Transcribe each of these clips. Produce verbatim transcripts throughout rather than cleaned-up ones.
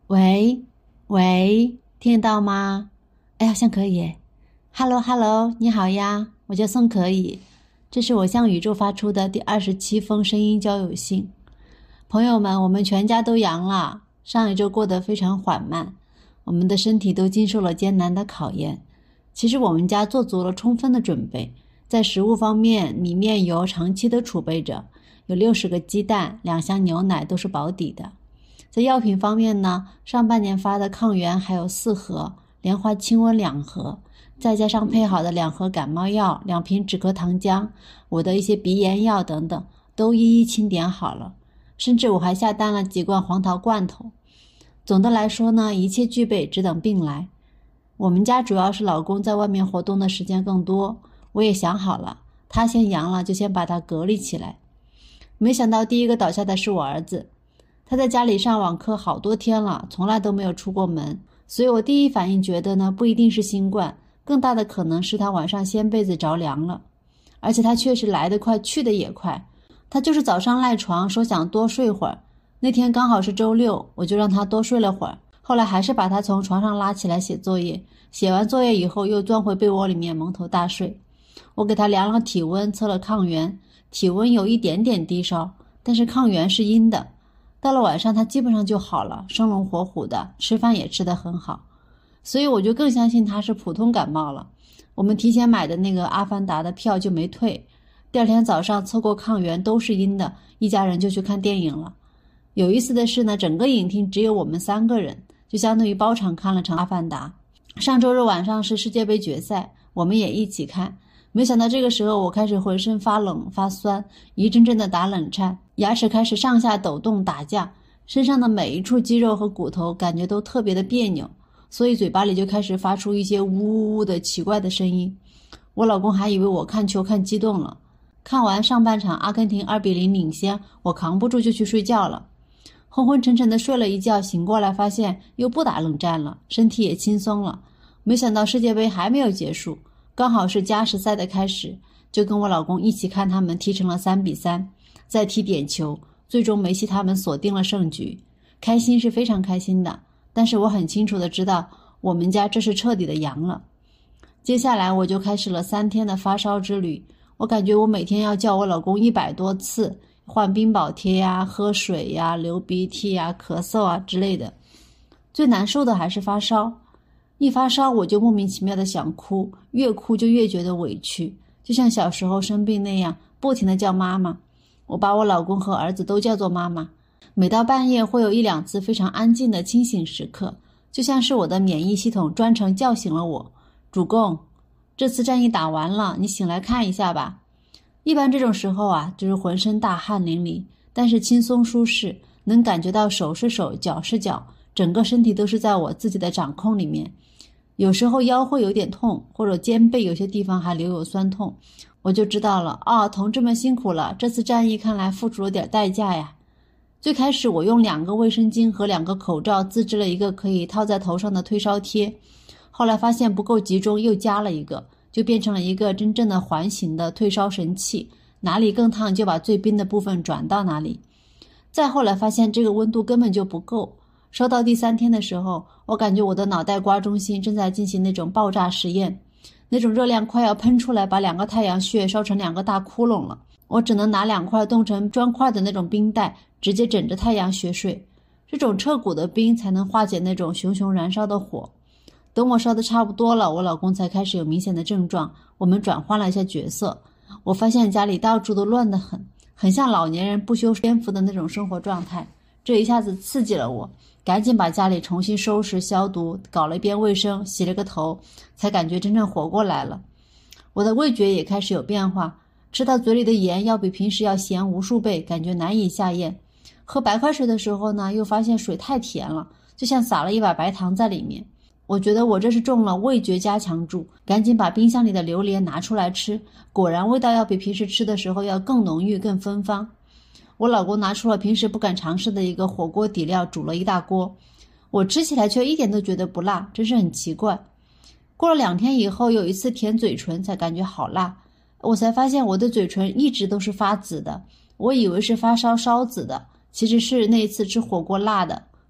喂喂，听得到吗？哎，好像可以耶。Hello Hello， 你好呀，我叫宋可以，这是我向宇宙发出的第二十七封声音交友信。朋友们，我们全家都阳了，上一周过得非常缓慢，我们的身体都经受了艰难的考验。其实我们家做足了充分的准备，在食物方面，米面油长期都储备着，有六十个鸡蛋，两箱牛奶都是保底的。在药品方面呢，上半年发的抗原还有四盒，莲花清瘟两盒，再加上配好的两盒感冒药，两瓶止咳糖浆，我的一些鼻炎药等等，都一一清点好了。甚至我还下单了几罐黄桃罐头。总的来说呢，一切具备，只等病来。我们家主要是老公在外面活动的时间更多，我也想好了，他先阳了就先把他隔离起来。没想到第一个倒下的是我儿子，他在家里上网课好多天了，从来都没有出过门，所以我第一反应觉得呢，不一定是新冠，更大的可能是他晚上掀被子着凉了。而且他确实来得快，去得也快。他就是早上赖床说想多睡会儿，那天刚好是周六，我就让他多睡了会儿，后来还是把他从床上拉起来写作业，写完作业以后又钻回被窝里面蒙头大睡。我给他量了体温，测了抗原，体温有一点点低烧，但是抗原是阴的。到了晚上他基本上就好了，生龙活虎的，吃饭也吃得很好，所以我就更相信他是普通感冒了。我们提前买的那个阿凡达的票就没退，第二天早上测过抗原都是阴的，一家人就去看电影了。有意思的是呢，整个影厅只有我们三个人，就相当于包场看了场阿凡达。上周日晚上是世界杯决赛，我们也一起看。没想到这个时候我开始浑身发冷发酸，一阵阵的打冷颤，牙齿开始上下抖动打架，身上的每一处肌肉和骨头感觉都特别的别扭，所以嘴巴里就开始发出一些呜呜呜的奇怪的声音。我老公还以为我看球看激动了。看完上半场阿根廷二比零领先，我扛不住就去睡觉了。昏昏沉沉的睡了一觉，醒过来发现又不打冷战了，身体也轻松了。没想到世界杯还没有结束，刚好是加时赛的开始，就跟我老公一起看他们踢成了三比三，再踢点球，最终梅西他们锁定了胜局。开心是非常开心的，但是我很清楚的知道，我们家这是彻底的阳了。接下来我就开始了三天的发烧之旅，我感觉我每天要叫我老公一百多次，换冰宝贴呀、喝水呀、流鼻涕呀、咳嗽啊之类的。最难受的还是发烧，一发烧我就莫名其妙的想哭，越哭就越觉得委屈，就像小时候生病那样，不停的叫妈妈。我把我老公和儿子都叫做妈妈。每到半夜会有一两次非常安静的清醒时刻，就像是我的免疫系统专程叫醒了我。主公，这次战役打完了，你醒来看一下吧。一般这种时候啊，就是浑身大汗淋漓，但是轻松舒适，能感觉到手是手，脚是脚，整个身体都是在我自己的掌控里面。有时候腰会有点痛，或者肩背有些地方还留有酸痛，我就知道了，哦，同志们辛苦了，这次战役看来付出了点代价呀。最开始我用两个卫生巾和两个口罩自制了一个可以套在头上的退烧贴，后来发现不够集中，又加了一个，就变成了一个真正的环形的退烧神器，哪里更烫就把最冰的部分转到哪里。再后来发现这个温度根本就不够，烧到第三天的时候，我感觉我的脑袋瓜中心正在进行那种爆炸实验，那种热量快要喷出来，把两个太阳穴烧成两个大窟窿了。我只能拿两块冻成砖块的那种冰袋，直接枕着太阳穴睡，这种彻骨的冰才能化解那种熊熊燃烧的火。等我烧得差不多了，我老公才开始有明显的症状，我们转换了一下角色。我发现家里到处都乱得很，很像老年人不修边幅的那种生活状态，这一下子刺激了我，赶紧把家里重新收拾消毒，搞了一遍卫生，洗了个头，才感觉真正活过来了。我的味觉也开始有变化，吃到嘴里的盐要比平时要咸无数倍，感觉难以下咽。喝白开水的时候呢，又发现水太甜了，就像撒了一把白糖在里面。我觉得我这是中了味觉加强注，赶紧把冰箱里的榴莲拿出来吃，果然味道要比平时吃的时候要更浓郁更芬芳。我老公拿出了平时不敢尝试的一个火锅底料，煮了一大锅，我吃起来却一点都觉得不辣，真是很奇怪。过了两天以后，有一次舔嘴唇才感觉好辣，我才发现我的嘴唇一直都是发紫的，我以为是发烧烧紫的，其实是那一次吃火锅辣的，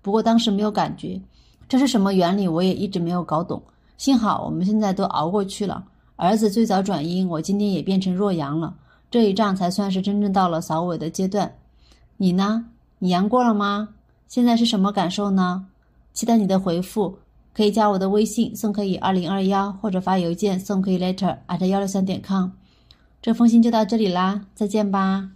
不过当时没有感觉，这是什么原理我也一直没有搞懂。幸好我们现在都熬过去了，儿子最早转阴，我今天也变成弱阳了，这一仗才算是真正到了扫尾的阶段。你呢？你阳过了吗？现在是什么感受呢？期待你的回复，可以加我的微信宋可以二零二一，或者发邮件宋可以 letter at 一六三点 com。这封信就到这里啦，再见吧。